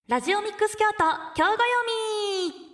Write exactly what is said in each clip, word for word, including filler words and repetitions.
ラジオミックス京都京語読み。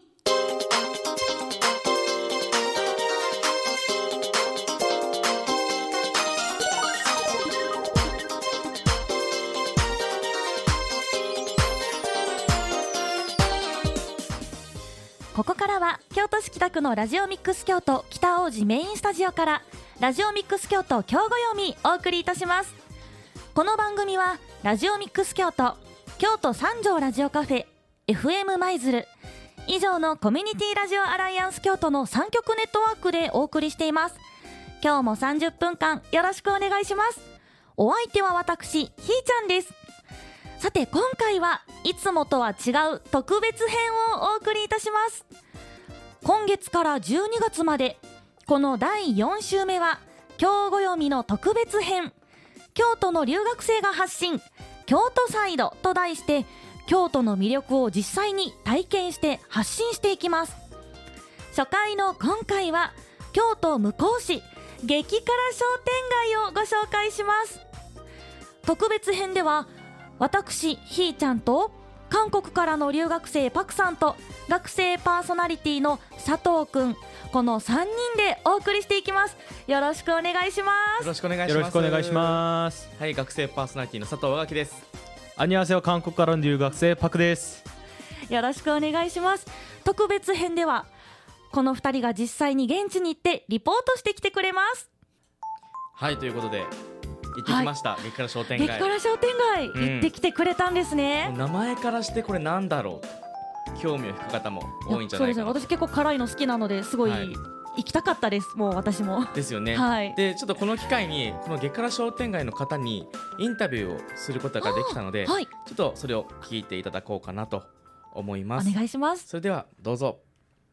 ここからは京都市北区のラジオミックス京都北大路メインスタジオからラジオミックス京都京語読みお送りいたします。この番組はラジオミックス京都、京都三条ラジオカフェ、 エフエム 舞鶴以上のコミュニティラジオアライアンス京都のさん局ネットワークでお送りしています。今日もさんじゅっぷんかんよろしくお願いします。お相手は私ひーちゃんです。さて今回はいつもとは違う特別編をお送りいたします。今月からじゅうにがつまでこのだいよん週目は京語読みの特別編、京都の留学生が発信京都サイドと題して京都の魅力を実際に体験して発信していきます。初回の今回は京都向日市激辛商店街をご紹介します。特別編では私ひーちゃんと韓国からの留学生パクさんと学生パーソナリティの佐藤くん、このさんにんでお送りしていきます。よろしくお願いします。 よろしくお願いします。 よろしくお願いします。 はい、学生パーソナリティの佐藤和垣です。 アニュアセヨ、韓国からの留学生パクです。 よろしくお願いします。特別編ではこのふたりが実際に現地に行ってリポートしてきてくれます。 はい、ということで行ってきました、はい、激辛商店街。 激辛商店街、うん、行ってきてくれたんですね。 名前からしてこれなんだろう、興味を引く方も多いんじゃないかな。そうですね、 私結構辛いの好きなのですごい、はい、行きたかったです。もう私もですよね、 はい、 でちょっとこの機会にこの激辛商店街の方にインタビューをすることができたので、はい、ちょっとそれを聞いていただこうかなと思います。 お願いします。 それではどうぞ。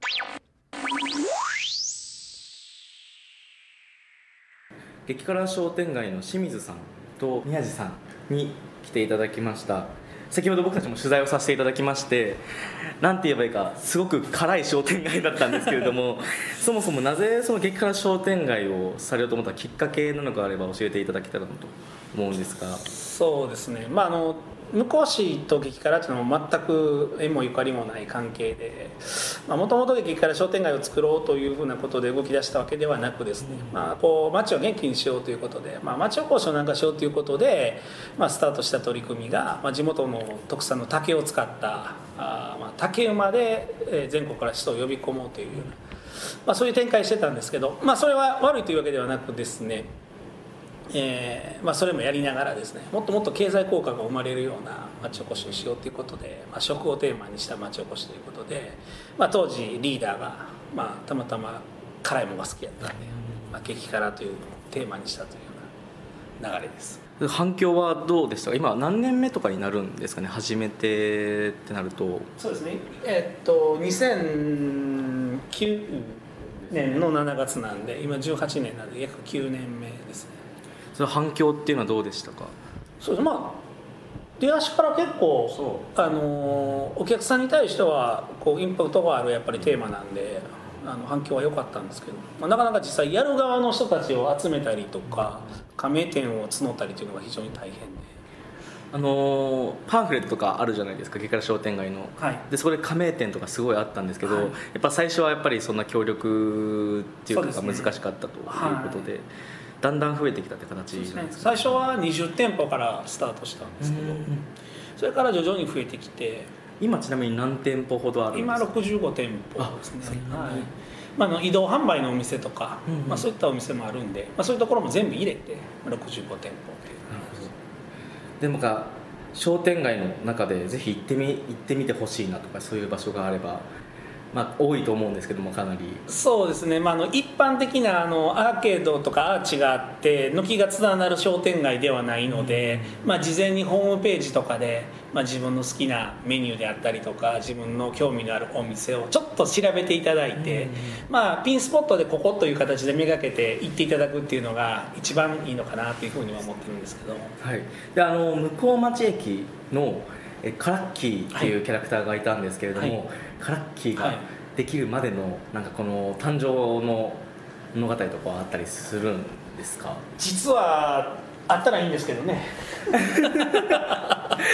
激辛商店街の清水さんと宮地さんに来ていただきました。先ほど僕たちも取材をさせていただきまして、なんて言えばいいかすごく辛い商店街だったんですけれどもそもそもなぜその激辛商店街をされようと思ったきっかけなのかあれば教えていただけたらなと思うんですが。 そうですね、まああの向日市と激辛というのも全く縁もゆかりもない関係で、もともと激辛商店街を作ろうというふうなことで動き出したわけではなくですね、まあ、こう町を元気にしようということで、まあ、町おこしをなんかしようということで、まあ、スタートした取り組みが、まあ、地元の特産の竹を使ったあ、まあ、竹馬で全国から人を呼び込もうという、まあ、そういう展開してたんですけど、まあ、それは悪いというわけではなくですね、えーまあ、それもやりながらですね、もっともっと経済効果が生まれるような町おこしをしようということで、まあ、食をテーマにした町おこしということで、まあ、当時リーダーが、まあ、たまたま辛いものが好きやったんで、まあ、激辛というのをテーマにしたというような流れです。 反響はどうでしたか。今何年目とかになるんですかね、初めてってなると。 そうですね、えー、っとにせんきゅうねんのしちがつなんで今じゅうはちねんなんで約きゅうねんめですね。 その反響っていうのはどうでしたか。 そうです、まあ出足から結構あのお客さんに対してはこうインパクトがあるやっぱりテーマなんで、あの反響は良かったんですけど、まあ、なかなか実際やる側の人たちを集めたりとか加盟店を募ったりというのが非常に大変で、 あのー、パンフレットとかあるじゃないですか、激辛商店街の、はい、でそこで加盟店とかすごいあったんですけど、はい、やっぱ最初はやっぱりそんな協力っていうかが難しかったということで、だんだん増えてきたって形なんですか。 そうですね、最初はにじゅってんぽからスタートしたんですけど、それから徐々に増えてきて、 今ちなみに何店舗ほどあるんですか。 今ろくじゅうごてんぽですね。はい、まあ、あの移動販売のお店とか、うんうん、まあ、そういったお店もあるんで、まあ、そういうところも全部入れてろくじゅうごてんぽっていう。なるほど。 でもか商店街の中でぜひ行ってみ行ってみてほしいなとか、そういう場所があれば。まあ、多いと思うんですけども、かなり。 そうですね、まあ、あの一般的なあのアーケードとかアーチがあって軒が連なる商店街ではないので、まあ、事前にホームページとかで、まあ、自分の好きなメニューであったりとか自分の興味のあるお店をちょっと調べていただいて、まあ、ピンスポットでここという形でめがけて行っていただくっていうのが一番いいのかなというふうには思ってるんですけど、 はい、であの向日町駅のえカラッキーっていうキャラクターがいたんですけれども、はいはい、カラッキーができるまでのなんかこの誕生の物語とかはあったりするんですか。 実はあったらいいんですけどね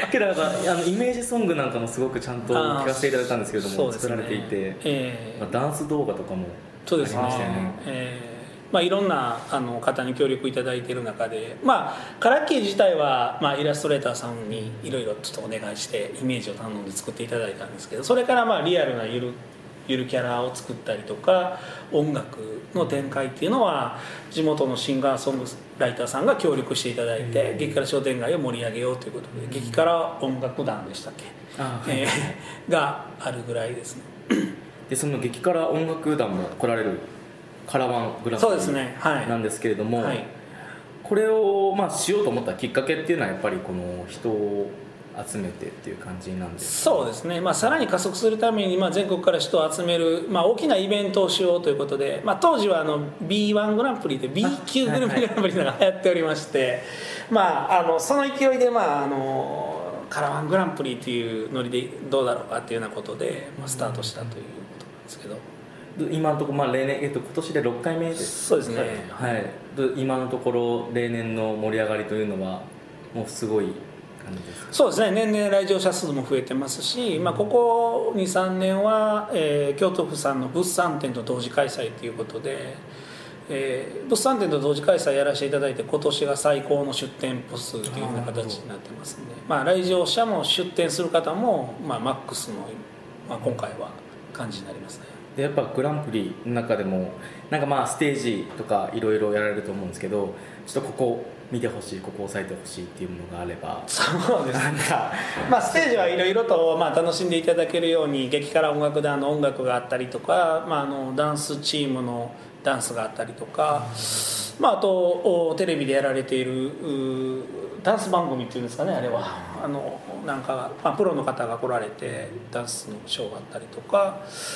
けどなんかあのイメージソングなんかもすごくちゃんと聞かせていただいたんですけれども、作られていて、えーまあ、ダンス動画とかもありましたよね。 えーまあ、いろんなあの方に協力いただいている中で、まあ、カラッキー自体は、まあ、イラストレーターさんにいろいろちょっとお願いしてイメージを頼んで作っていただいたんですけど、それからまあリアルなゆるゆるキャラを作ったりとか音楽の展開っていうのは地元のシンガーソングライターさんが協力していただいて、激辛商店街を盛り上げようということで、激辛音楽団でしたっけ、あ、はい、えー、があるぐらいですね。 でその激辛音楽団も来られるカラワングランプリなんですけれども、はいはい、これをまあしようと思ったきっかけっていうのはやっぱりこの人を集めてっていう感じなんですか？ そうですね、まあ、さらに加速するために、まあ、全国から人を集める、まあ、大きなイベントをしようということで、まあ、当時はあの ビーワン グランプリで B 級グルメグランプリが流行っておりまして、まあ、あのその勢いで、まあ、あのカラワングランプリっていうノリでどうだろうかっていうようなことで、まあ、スタートしたということなんですけど、 今のところ、まあ、例年、えっと、今年でろっかいめです。 そうですね、 はい、今のところ例年の盛り上がりというのはもうすごい感じですか？ そうですね、年々来場者数も増えてますし、まあ、ここ にさんねんは、えー、京都府さんの物産展と同時開催ということで、えー、物産展と同時開催やらせていただいて、今年が最高の出店舗数というような形になってますので、まあ、来場者も出店する方も、まあ、マックスの、まあ、今回は感じになりますね。 でやっぱグランプリの中でもなんかまあステージとかいろいろやられると思うんですけど、ちょっとここ見てほしい、ここ押さえてほしいっていうものがあれば。 そうですねまあステージはいろいろとまあ楽しんでいただけるように、激辛音楽団の音楽があったりとか、まあ、あのダンスチームのダンスがあったりとか、まあ、あとテレビでやられているダンス番組っていうんですかね、あれはあのなんか、まあ、プロの方が来られてダンスのショーがあったりとか、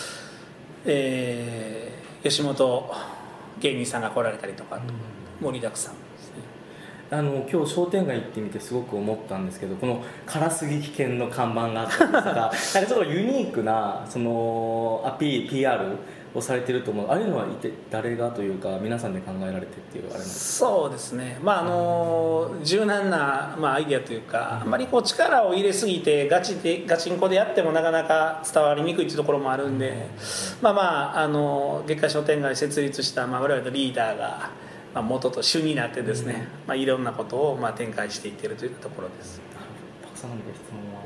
えー、吉本芸人さんが来られたりとか、盛りだくさんですね。 あの今日商店街行ってみてすごく思ったんですけど、この唐杉危険の看板があったんですがなんかちょっとユニークなそのアピール ピーアールをされてると思う。ああいうのは一体誰がというか皆さんで考えられてっていうあれなんですか？そうですね、まああの柔軟な、まあ、アイデアというか、あんまりこう力を入れすぎてガチでガチンコでやってもなかなか伝わりにくいというところもあるんで、まあまああの月下商店街設立した、まあ、我々のリーダーが、まあ、元と主になってですね、まあ、いろんなことをまあ展開していっているというところです。 たくさんの質問は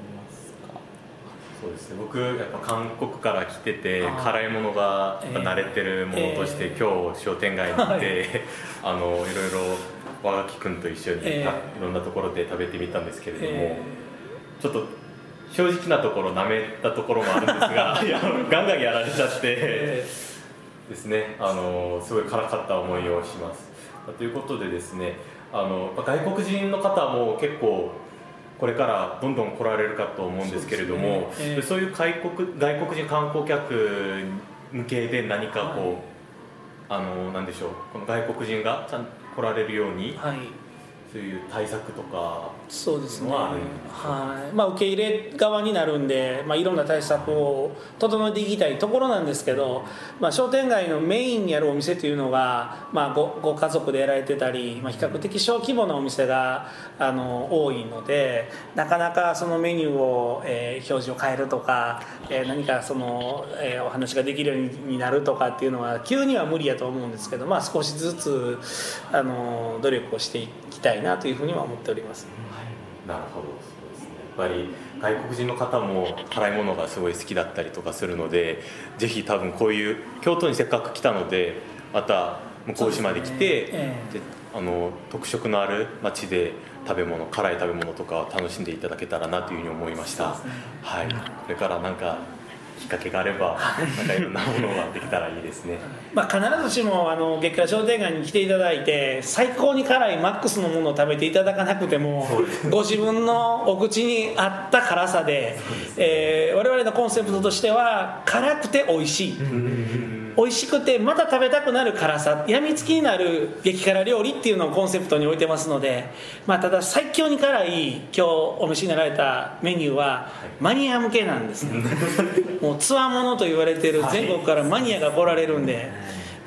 そうですね、僕やっぱ韓国から来てて辛いものがやっぱ慣れてるものとして、えー、今日商店街に行って、えー、あのいろいろ和垣君と一緒に、えー、いろんなところで食べてみたんですけれども、えー、ちょっと正直なところ舐めたところもあるんですがいやガンガンやられちゃって、えー、ですね、あのすごい辛かった思いをします。ということでですね、あの外国人の方も結構これからどんどん来られるかと思うんですけれども、そうですね、えー、そういう外国、外国人観光客向けで何かこう、はい、あのなんでしょう、この外国人がちゃんと来られるように、はい、そういう対策とかそうですね、はい、まあ、受け入れ側になるんで、まあ、いろんな対策を整えていきたいところなんですけど、まあ、商店街のメインにあるお店というのが、まあ、ご, ご家族でやられてたり、まあ、比較的小規模なお店があの多いので、なかなかそのメニューを、えー、表示を変えるとか、えー、何かその、えー、お話ができるようになるとかっていうのは急には無理やと思うんですけど、まあ、少しずつあの努力をしていきたいなというふうには思っております。 なるほど、そうですね、やっぱり外国人の方も辛いものがすごい好きだったりとかするので、ぜひ多分こういう京都にせっかく来たのでまた向こう島で来て、で、えー、であの特色のある街で食べ物、辛い食べ物とか楽しんでいただけたらなというふうに思いました。ね、はい、これからなんかきっかけがあればなんかいろんなものができたらいいですね。 まあ、必ずしもあの月下商店街に来ていただいて最高に辛いマックスのものを食べていただかなくても、ご自分のお口に合った辛さで、えー、我々のコンセプトとしては辛くて美味しい、美味しくてまた食べたくなる辛さ、やみつきになる激辛料理っていうのをコンセプトに置いてますので、まあ、ただ最強に辛い今日お召しになられたメニューはマニア向けなんですね。もうつわものと言われている全国からマニアが来られるんで、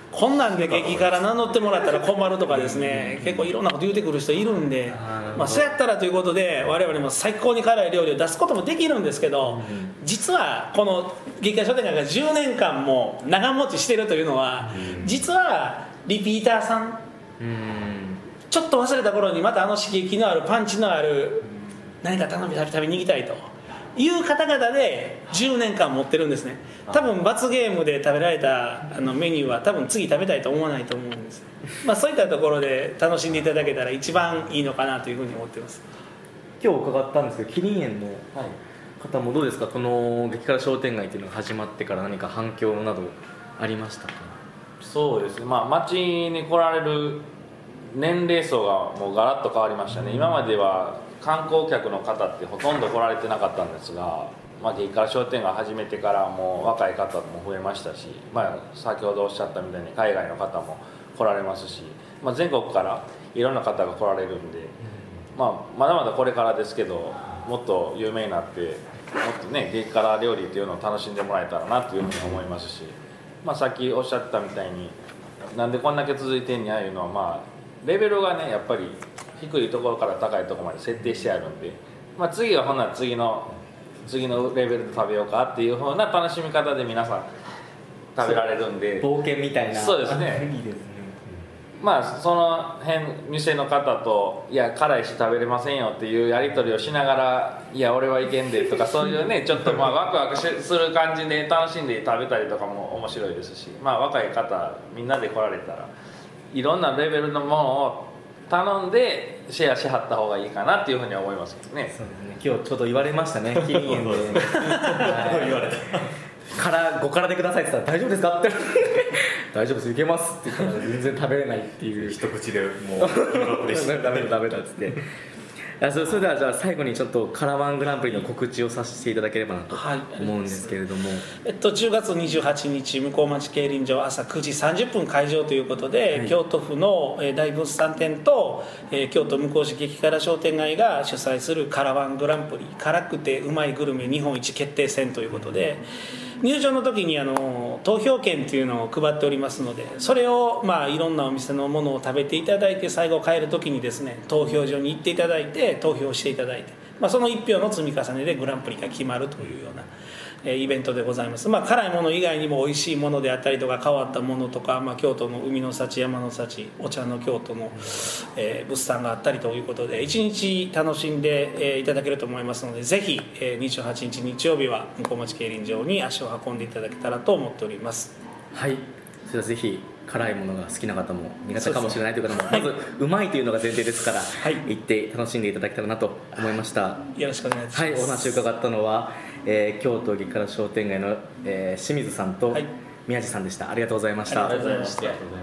こんなんで激辛名乗ってもらったら困るとかですね、結構いろんなこと言うてくる人いるんで、まあ、そうやったらということで我々も最高に辛い料理を出すこともできるんですけど、実はこの激辛商店街がじゅうねんかんも長持ちしてるというのは、実はリピーターさん、ちょっと忘れた頃にまたあの刺激のあるパンチのある何か頼み食べに行きたいという方々でじゅうねんかん持ってるんですね。多分罰ゲームで食べられたあのメニューは多分次食べたいと思わないと思うんです、まあ、そういったところで楽しんでいただけたら一番いいのかなというふうに思っています。 今日伺ったんですけど、キリン園の方もどうですか、この激辛商店街というのが始まってから何か反響などありましたか？ そうですね、まあ、町に来られる年齢層がもうガラッと変わりましたね。今までは観光客の方ってほとんど来られてなかったんですが、まあ、激辛商店街始めてからもう若い方も増えましたし、まあ、先ほどおっしゃったみたいに海外の方も来られますし、まあ、全国からいろんな方が来られるんで、まあ、まだまだこれからですけど、もっと有名になってもっとね激辛料理っていうのを楽しんでもらえたらなというふうに思いますし、まあ、さっきおっしゃったみたいになんでこんだけ続いてんやいうのは、まあ、レベルがねやっぱり低いところから高いところまで設定してあるんで、まあ、次はほんなら次の次のレベルで食べようかっていう風な楽しみ方で皆さん食べられるんで、 冒険みたいな。 そうですね。いいですね。まあその辺店の方といや辛いし食べれませんよっていうやり取りをしながら、いや俺はいけんでとかそういうねちょっとまあワクワクする感じで楽しんで食べたりとかも面白いですし、まあ若い方みんなで来られたらいろんなレベルのものを頼んでシェアしはった方がいいかなっていうふうには思いますけどね。 そうですね、今日ちょっと言われましたね、キリン園で言われて辛ご辛でくださいって言ったら大丈夫ですかって大丈夫です、いけますって言ったら全然食べれないっていう一口でもう嬉しいダメだダメだっつってあ そ, それではじゃあ最後にちょっとカラワングランプリの告知をさせていただければなと思うんですけれども、はい、 えっと、じゅうがつにじゅうはちにち向町競輪場朝くじさんじゅっぷん開場ということで、はい、京都府の大物産店と、えー、京都向市激辛商店街が主催するカラワングランプリ辛くてうまいグルメ日本一決定戦ということで、入場の時にあの投票券というのを配っておりますので、それをまあいろんなお店のものを食べていただいて、最後帰る時にですね投票所に行っていただいて投票していただいて、まあ、そのいち票の積み重ねでグランプリが決まるというようなえイベントでございます。まあ、辛いもの以外にも美味しいものであったりとか変わったものとか、まあ、京都の海の幸山の幸お茶の京都の、えー、物産があったりということで一日楽しんで、えー、いただけると思いますので、ぜひ、えー、にじゅうはちにち日曜日は向町競輪場に足を運んでいただけたらと思っております。 はい、それはぜひ辛いものが好きな方も苦手かもしれないという方も、まずうまいというのが前提ですから、はい、行って楽しんでいただけたらなと思いました。 よろしくお願いします。 はい、お話を伺ったのは、えー、京都激辛商店街の、えー、清水さんと宮地さんでした。ありがとうございました。 ありがとうございました。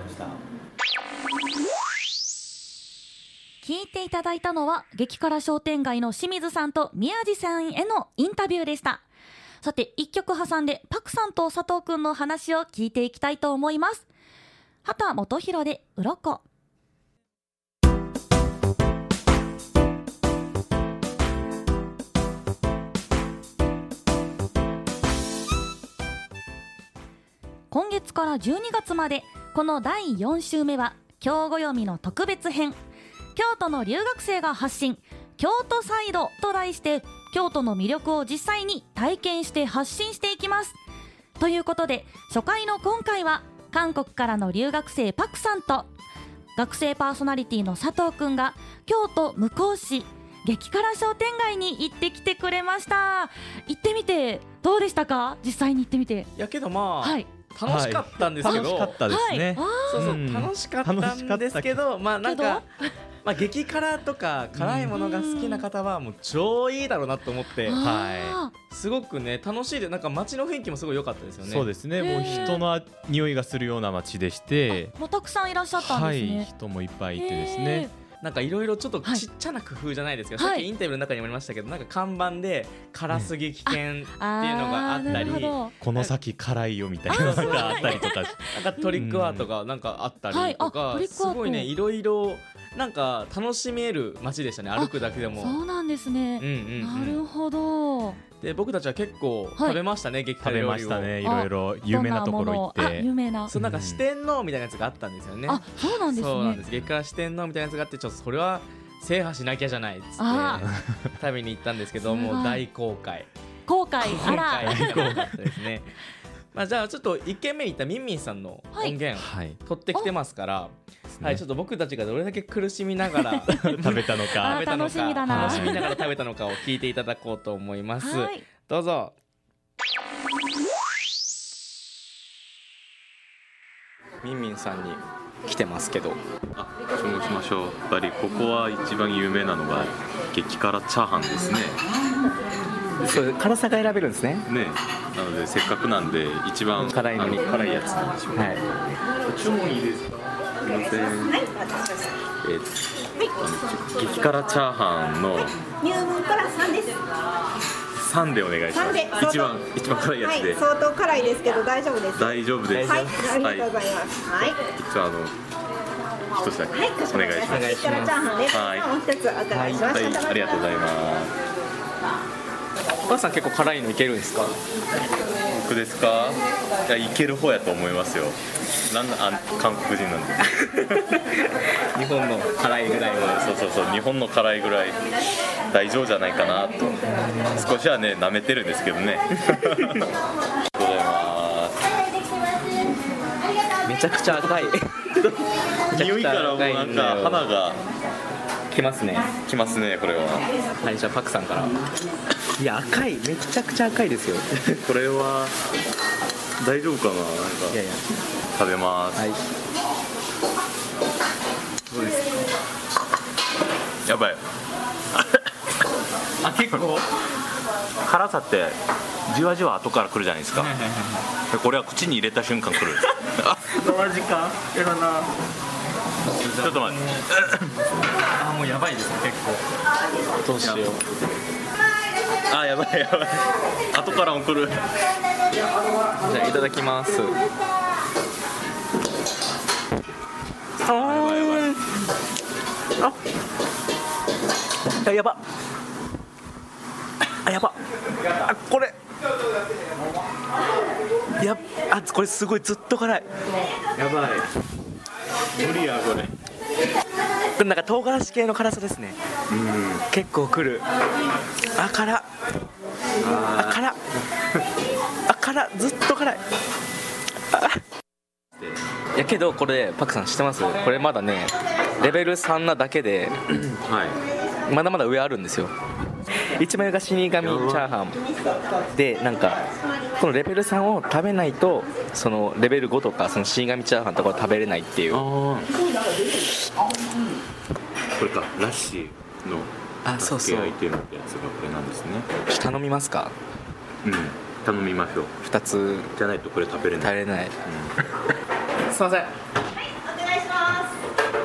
聞いていただいたのは激辛商店街の清水さんと宮地さんへのインタビューでした。さて、一曲挟んでパクさんと佐藤くんの話を聞いていきたいと思います。畑基博で鱗。今月からじゅうにがつまで、このだいよん週目は京暦の特別編、京都の留学生が発信京都サイドと題して、京都の魅力を実際に体験して発信していきます。ということで、初回の今回は韓国からの留学生パクさんと学生パーソナリティの佐藤くんが京都向市激辛商店街に行ってきてくれました。行ってみてどうでしたか？実際に行ってみて。 いやけどまあ、はい、楽しかったんですけど、 楽しかったですね、はい、 そうそう、うん、楽しかったんですけど、まあなんかまあ、激辛とか辛いものが好きな方はもう超いいだろうなと思って、はい、すごくね楽しいで、なんか街の雰囲気もすごい良かったですよね。 そうですね、もう人の匂いがするような街でして、 もうたくさんいらっしゃったんですね。 はい、人もいっぱいいてですね、 なんかいろいろちょっとちっちゃな工夫じゃないですけど、はい、さっきインタビューの中にもありましたけど、なんか看板で辛すぎ危険っていうのがあったり、ね、 この先辛いよみたいなのがあったりとか、 なんかトリックアートがなんかあったりとか、はい、すごいねいろいろなんか楽しめる街でしたね、歩くだけでも。 そうなんですね、うんうんうん、なるほど。 で僕たちは結構食べましたね、激食べ辛料理をましたね。いろいろ有名なところ行っどんなものをあて有名なそうなんか四天王みたいなやつがあったんですよね。 あそうなんですねそうなんです。激辛四天王みたいなやつがあって、ちょっとそれは制覇しなきゃじゃないっつってあ食べに行ったんですけど、 すごいもう大公開後悔あら大公開だったですね。まあじゃあちょっといっけんめに行ったみんみんさんの音源はい取ってきてますから、 ですねはい、ちょっと僕たちがどれだけ苦しみながら食べたのか食べたのか楽しみだな楽しみながら食べたのかを聞いていただこうと思います。 はいどうぞ。みんみんさんに来てますけど、 あ、注目しましょう。やっぱりここは一番有名なのが激辛チャーハンですね。 そう辛さが選べるんですね。 ね、なのでせっかくなんで一番辛いのにあ辛いやつにしましょう。 はい。 注文いいですか？すみません。えーあの激辛チャーハンの入門からさんです。 さんでお願いします。 さんで一番一番辛いやつで、 はい、相当辛いですけど大丈夫です。はい、 大丈夫です。 ありがとうございます。はい。 一応あの一つだけはい、かしこおまりま願いします。 した。激辛チャーハンです。 はいもう一つお伺いしまはい、 した。 ありがとうございます。 お母さん結構辛いのいけるんですか？ 僕ですか？いや、いける方やと思いますよ。なんだ、あ、韓国人なんで。 日本の辛いぐらいは。 そうそうそう、日本の辛いぐらい大丈夫じゃないかなと。少しはね、舐めてるんですけどね。ありがとうございまめちゃくちゃ赤い。 す。匂いからもうなんか花がきますね。 きますね、これは。 はい、じゃあパクさんから。いや赤い、めちゃくちゃ赤いですよ。 これは大丈夫かな、なんかいやいや。 食べます。 はい。 どうですか？やばい。 あ、結構。 辛さってじわじわ後から来るじゃないですか。でこれは口に入れた瞬間来る。 マジか。やだな。 ちょっと待って。 あ、もうやばいですね、結構。どうしよう。 あ、やばいやばい。後からも来る。 じゃあいただきます。あーあ、やば。あ、やば。あ、これ。や、あ、これすごいずっと辛い。 やばい。無理やこれ。 これなんか唐辛子系の辛さですね。結構くる。あ、辛っ。あ、辛っ。あ、辛っ。ずっと辛い。あ、いやけどこれパクさん知ってます？これまだねレベルさんなだけではい。 まだまだ上あるんですよ。一枚が死神チャーハンで、なんかこのレベルさんを食べないとそのレベルごとかその死神チャーハンとかを食べれないっていう。 ああ。これか、ラッシーのあ、そうそう。 アイテムってやつがこれなんですね。 頼みますか？ うん。頼みましょう。 ふたつじゃないとこれ食べれない。 食べれない。 うんすいません。 お願いします。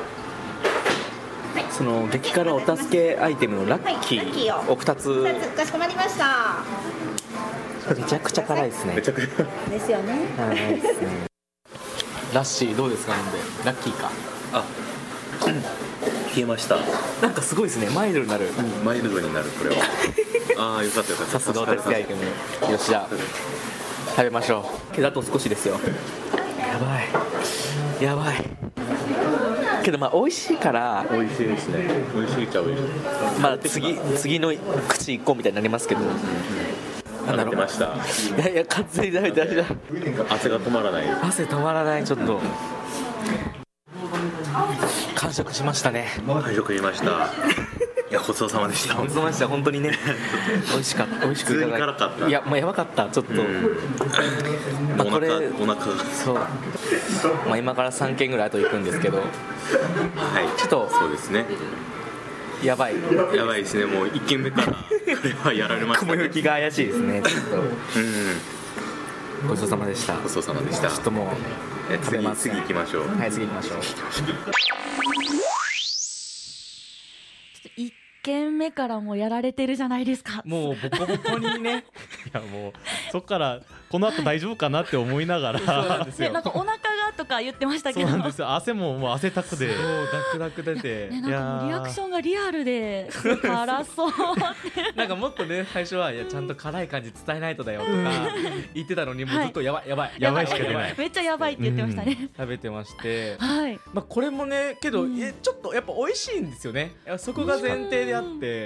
その激辛お助けアイテムのラッキはいラッキーをーをふたつ。 二つかしこまりました。 めちゃくちゃ辛いですね。 めちゃくちゃ。 ですよね。 辛いですね。ラッシーどうですか？飲んでラッキーか。 あ、消えました。 なんかすごいですね。マイルドになる。 マイルドになるこれは。ああ、よかったよかった。 さすがお手伝いアイテム。よし、じゃあ食べましょう。けどあと少しですよ。やばいやばい。けどまあ美味しいから美味しいですね。美味しいっちゃ美味しい。 まあ次次の口行こうみたいになりますけど。なんだろう。 食べてました。 いやいや完全に食べてました。 汗が止まらない。 汗止まらない。ちょっと完食しましたね。 完食しました。いや、ごちそうさまでした。 ごちそうさまでした。本当にね美味しかった。美味しくいただい普通に辛かったいやもうやばかったちょっと、 うんまあこれお腹お腹がそう、まあ、今からさんけんぐらい後行くんですけどはい。 ちょっとそうですね。 やばい。 やばいですね。もう一軒目からこれはやられましたね。 雲行きが怪しいですね。ちょっうん。 とごちそうさまでした。 ごちそうさまでした。 ちょっともうえ食べます次次行きましょう。 はい次行きましょう。いっけんめからもやられてるじゃないですか。もうボコボコにね。 いやもうそっからこの後大丈夫かなって思いながらね、なんかお腹がーとか言ってましたけど、 そうなんですよ。汗ももう汗たくで、 そうダクダク出て、 ね、なんかもうリアクションがリアルで辛そうってなんかもっとね最初はいやちゃんと辛い感じ伝えないとだよとか言ってたのに、もうずっとやばいやばいやばいしか出ないめっちゃやばいって言ってましたね、 食べてまして、 はい、 まあこれもねけど、 うんえちょっとやっぱ美味しいんですよね。いやそこが前提であって、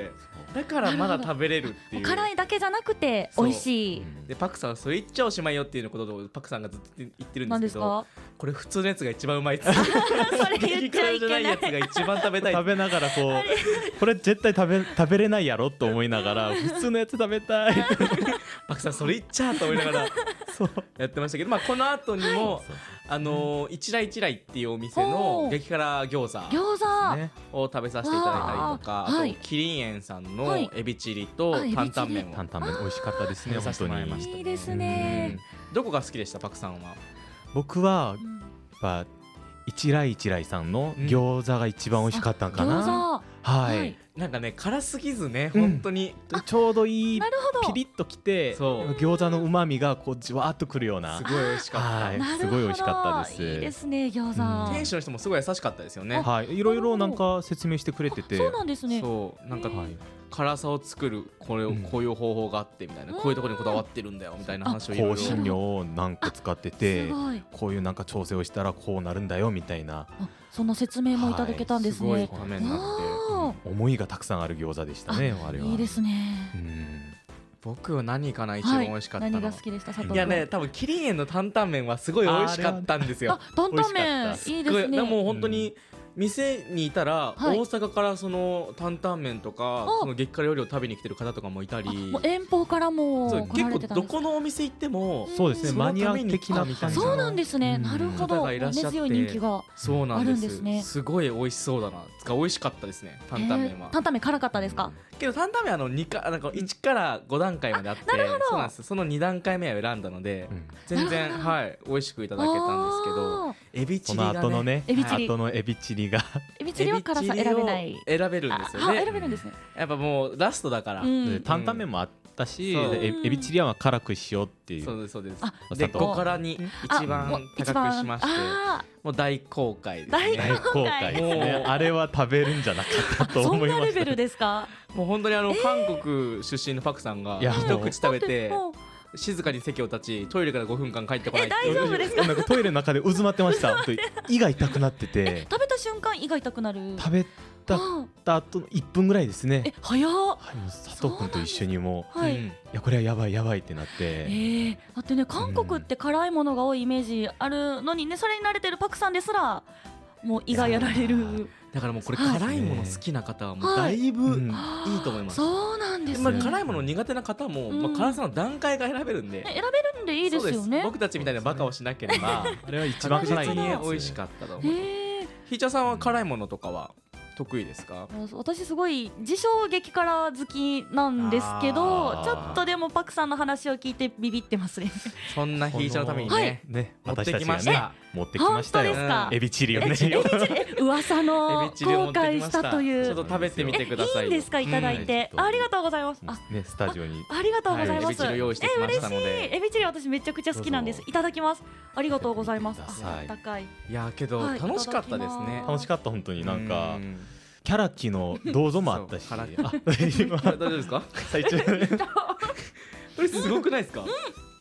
だからまだ食べれるっていう。 辛いだけじゃなくて美味しい。 でパクさんはそれ言っちゃおしまいよっていうことをパクさんがずっと言ってるん何でけど、 ですすか？ これ普通のやつが一番うまいっつそれ言っちゃいけない。 激辛じゃないやつが一番食べたい。 食べながらこうこれ絶対食べ食べれないやろと思いながら普通のやつ食べたいパクさんそれ言っちゃうと思いながらそうやってましたけど、まあこの後にも、あのー一来一来っていうお店の激辛餃子餃子、 ねを食べさせていただいたりとか、あとわーはいキリン園さんのはいエビチリとあエビチリ担々麺を担々麺美味しかったですね。 食べさせてもらいま本したいいですね。 うんどこが好きでしたパクさんは？ 僕はうんやっぱ一来一来さんの餃子が一番美味しかったかな、 餃子、 はい、 はいなんかね辛すぎずねうん本当に、 ちょうどいいなるほどピリッときてそう餃子のうまみがこうじわーっとくるようなすごい美味しかった、 はいなるほどすごい美味しかったですいいですね餃子、 うん店主の人もすごい優しかったですよね。 はい、いろいろなんか説明してくれててそうなんですね。 そうなんか、 へーはい、 辛さを作るこれをうんこういう方法があってみたいな、 うんこういうところにこだわってるんだよみたいな話をいろいろ香辛料を何個使っててすごい。 こういうなんか調整をしたらこうなるんだよみたいなあ、そんな説明もいただけたんですすごいね。 ためになってあ思いがたくさんある餃子でしたねあれは。 ーいいですね。 うん僕は何かな一番美味しかったの、 はい、何が好きでした佐藤君？ いやね多分キリン園の担々麺はすごい美味しかったんですよ。 あ、担々 美麺味しかったいいですね。 すっごいもう本当に店にいたら、 はい大阪からその担々麺とかあその激辛料理を食べに来てる方とかもいたり、 もう遠方からもそう来ら結構どれてたんですこのお店行ってもそうですねそのマニアために的な感じのそうなんですね。 うんなるほど。 方がいらっしゃって根強い人気が。 そうなんですあるんですねすごい美味しそうだなつか美味しかったですね担々麺はえー、担々麺辛かったですか？ けど担々麺はあのにかなんかいちからご段階まであってあなるほどそうなんですそのに段階目を選んだので、 うん全然なるほどはい美味しくいただけたんですけどあーエビチそリがねの後のねエビチリ後のエビチリがエビチリは辛さ選べない。 エビチリを選べるんですよあ、 ね選べるんですね。 やっぱもうラストだから、 うんで担々麺もあったし、 そうでエエビチリは辛くしようっていうそうですそうですあで砂糖ご辛に一あも番う一高くしましてあもう大公開です大ね大公開ですねもうあれは食べるんじゃなかったーとそん思いましたなレベルですか？ もう本当にあの、韓国出身のパクさんがいや一口食べてもう静かに席を立ちトイレからごふんかん帰ってこないえ大丈夫ですか？ なんかトイレの中で渦まってました本当に胃が痛くなってて食べた瞬間胃が痛くなる。 食べたあ後のいっぷんぐらいですねえ、早っ。 はい、もう佐藤君と一緒にもうはい。 うんいやこれはやばいやばいってなって、 えー、だってね韓国って辛いものが多いイメージあるのにね、それに慣れてるパクさんですらもう胃がやられる。 だからもうこれはい辛いもの好きな方はもうだいぶうんいいと思います、 そうなんですまあ、 ね。 辛いもの苦手な方も、 うんまあ、辛さの段階が選べるんで、 え選べるんでいいですよね。 そう僕たちみたいなバカをしなければあれは一番辛い確実やつに美味しかったと思うへえ。 ひーちゃんさんは辛いものとかは得意ですか？ 私すごい自称激辛好きなんですけど、 あーちょっとでもパクさんの話を聞いてビビってますね。 そんなひーちゃんのためにね、 はいね持って私たちがねきました持ってきましたよ本当ですかエビチリをねえ噂エのビチリを持公ってき開したましたという。 ちょっと食べてみてくださいよえいいんですかいただいて、 うんありがとうございます。あねスタジオにありがとうございます。 はいエビチリを用意してきましたのでえ嬉しい。エビチリ私めちゃくちゃ好きなんですどう。ぞいただきます。ありがとうございます。 くださいあ高い。 いやーけどはい楽しかったですねいただきます楽しかった本当になんかうんキャラキの銅像もあったしそうあ辛今大丈夫ですか？ 最中これすごくないですか？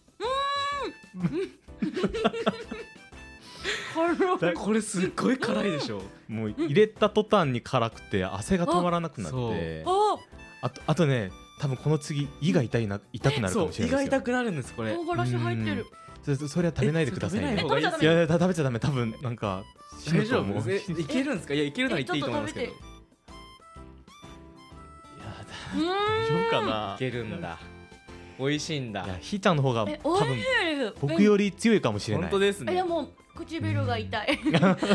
これすっごい辛いでしょ。 もう入れた途端に辛くて汗が止まらなくなってあ、 あとあとね多分この次胃が痛いな痛くなるかそうもしれないですよ胃が痛くなるんですこれ。 唐辛子入ってる。 そそそれは食べないでくださいねえそれ食べない方がいいですいやいや食べちゃダメ多分なんか死ぬ大丈と思う夫？えいけるんですか？いやいけるなら言っていいと思いますけど。いえちょっいや大丈夫かなけるんだ。美味しいんだい。やひーちゃんの方がえ、 多おいし分いです。 僕より強いかもしれない本当ですね。 えでも唇が痛い。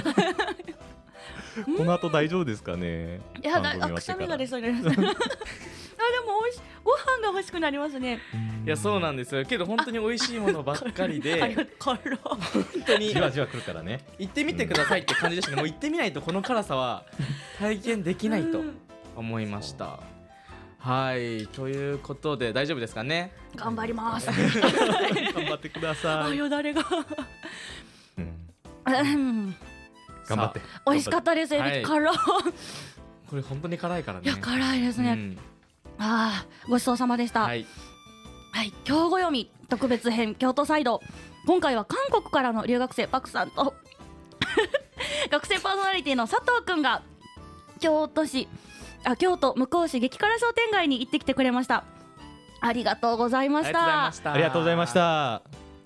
この後大丈夫ですかねいやだ番組終わってからあくしゃみが出そうになります。あでも美味しご飯が欲しくなりますね。 いやそうなんですよ。けど本当に美味しいものばっかりでありがとう。辛い。 本当にじわじわくるからね行ってみてくださいって感じでしたね。もう行ってみないとこの辛さは体験できないと思いました。はいということで大丈夫ですかね。 頑張ります。 頑張ってください、 あよだれが。 うんうん頑張って。 美味しかったです。エビ辛、 これ本当に辛いからね。 いや辛いですね、 うん、 あーごちそうさまでした。 はい、 はい、今日ご読み特別編京都サイド、今回は韓国からの留学生パクさんと学生パーソナリティの佐藤くんが京都市あ京都向こう市激辛商店街に行ってきてくれました。ありがとうございました。 ありがとうございました。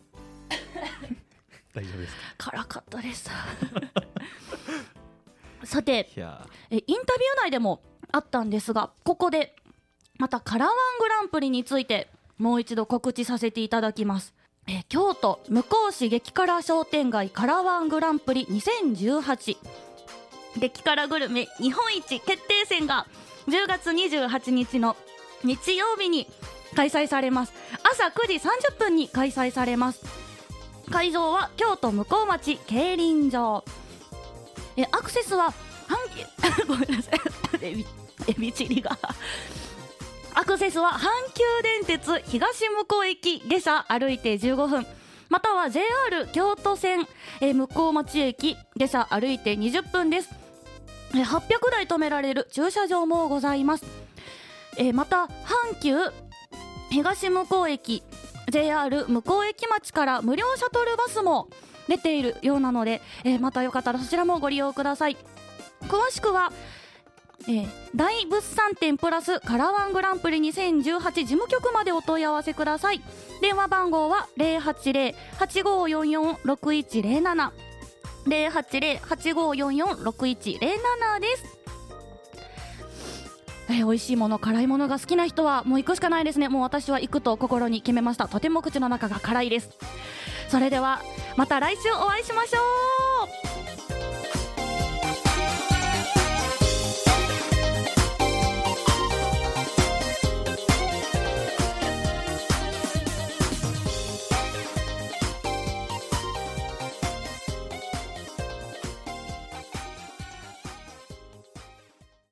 大丈夫ですか？ 辛かったですさていやえインタビュー内でもあったんですが、ここでまたカラワングランプリについてもう一度告知させていただきます。え京都向こう市激辛商店街カラワングランプリにせんじゅうはち激辛グルメ日本一決定戦がじゅうがつにじゅうはちにちの日曜日に開催されます。朝くじさんじゅっぷんに開催されます。会場は京都向町競輪場。えアクセスは阪急ごめんなさいエビエビチリがアクセスは阪急電鉄東向こう駅下車歩いてじゅうごふん、または ジェイアール 京都線え向町駅下車歩いてにじゅっぷんです。えはっぴゃくだい止められる駐車場もございます。えまた阪急東向こう駅 ジェイアール 向こう駅町から無料シャトルバスも出ているようなので、えー、またよかったらそちらもご利用ください。詳しくは、えー、大物産展プラスカラワングランプリにせんじゅうはち事務局までお問い合わせください。電話番号は ゼロはちゼロ はちごよんよん ろくいちゼロなな ゼロはちゼロ はちごよんよん ろくいちゼロななです。えー、美味しいもの辛いものが好きな人はもう行くしかないですね。もう私は行くと心に決めました。とても口の中が辛いです。それではまた来週お会いしましょう。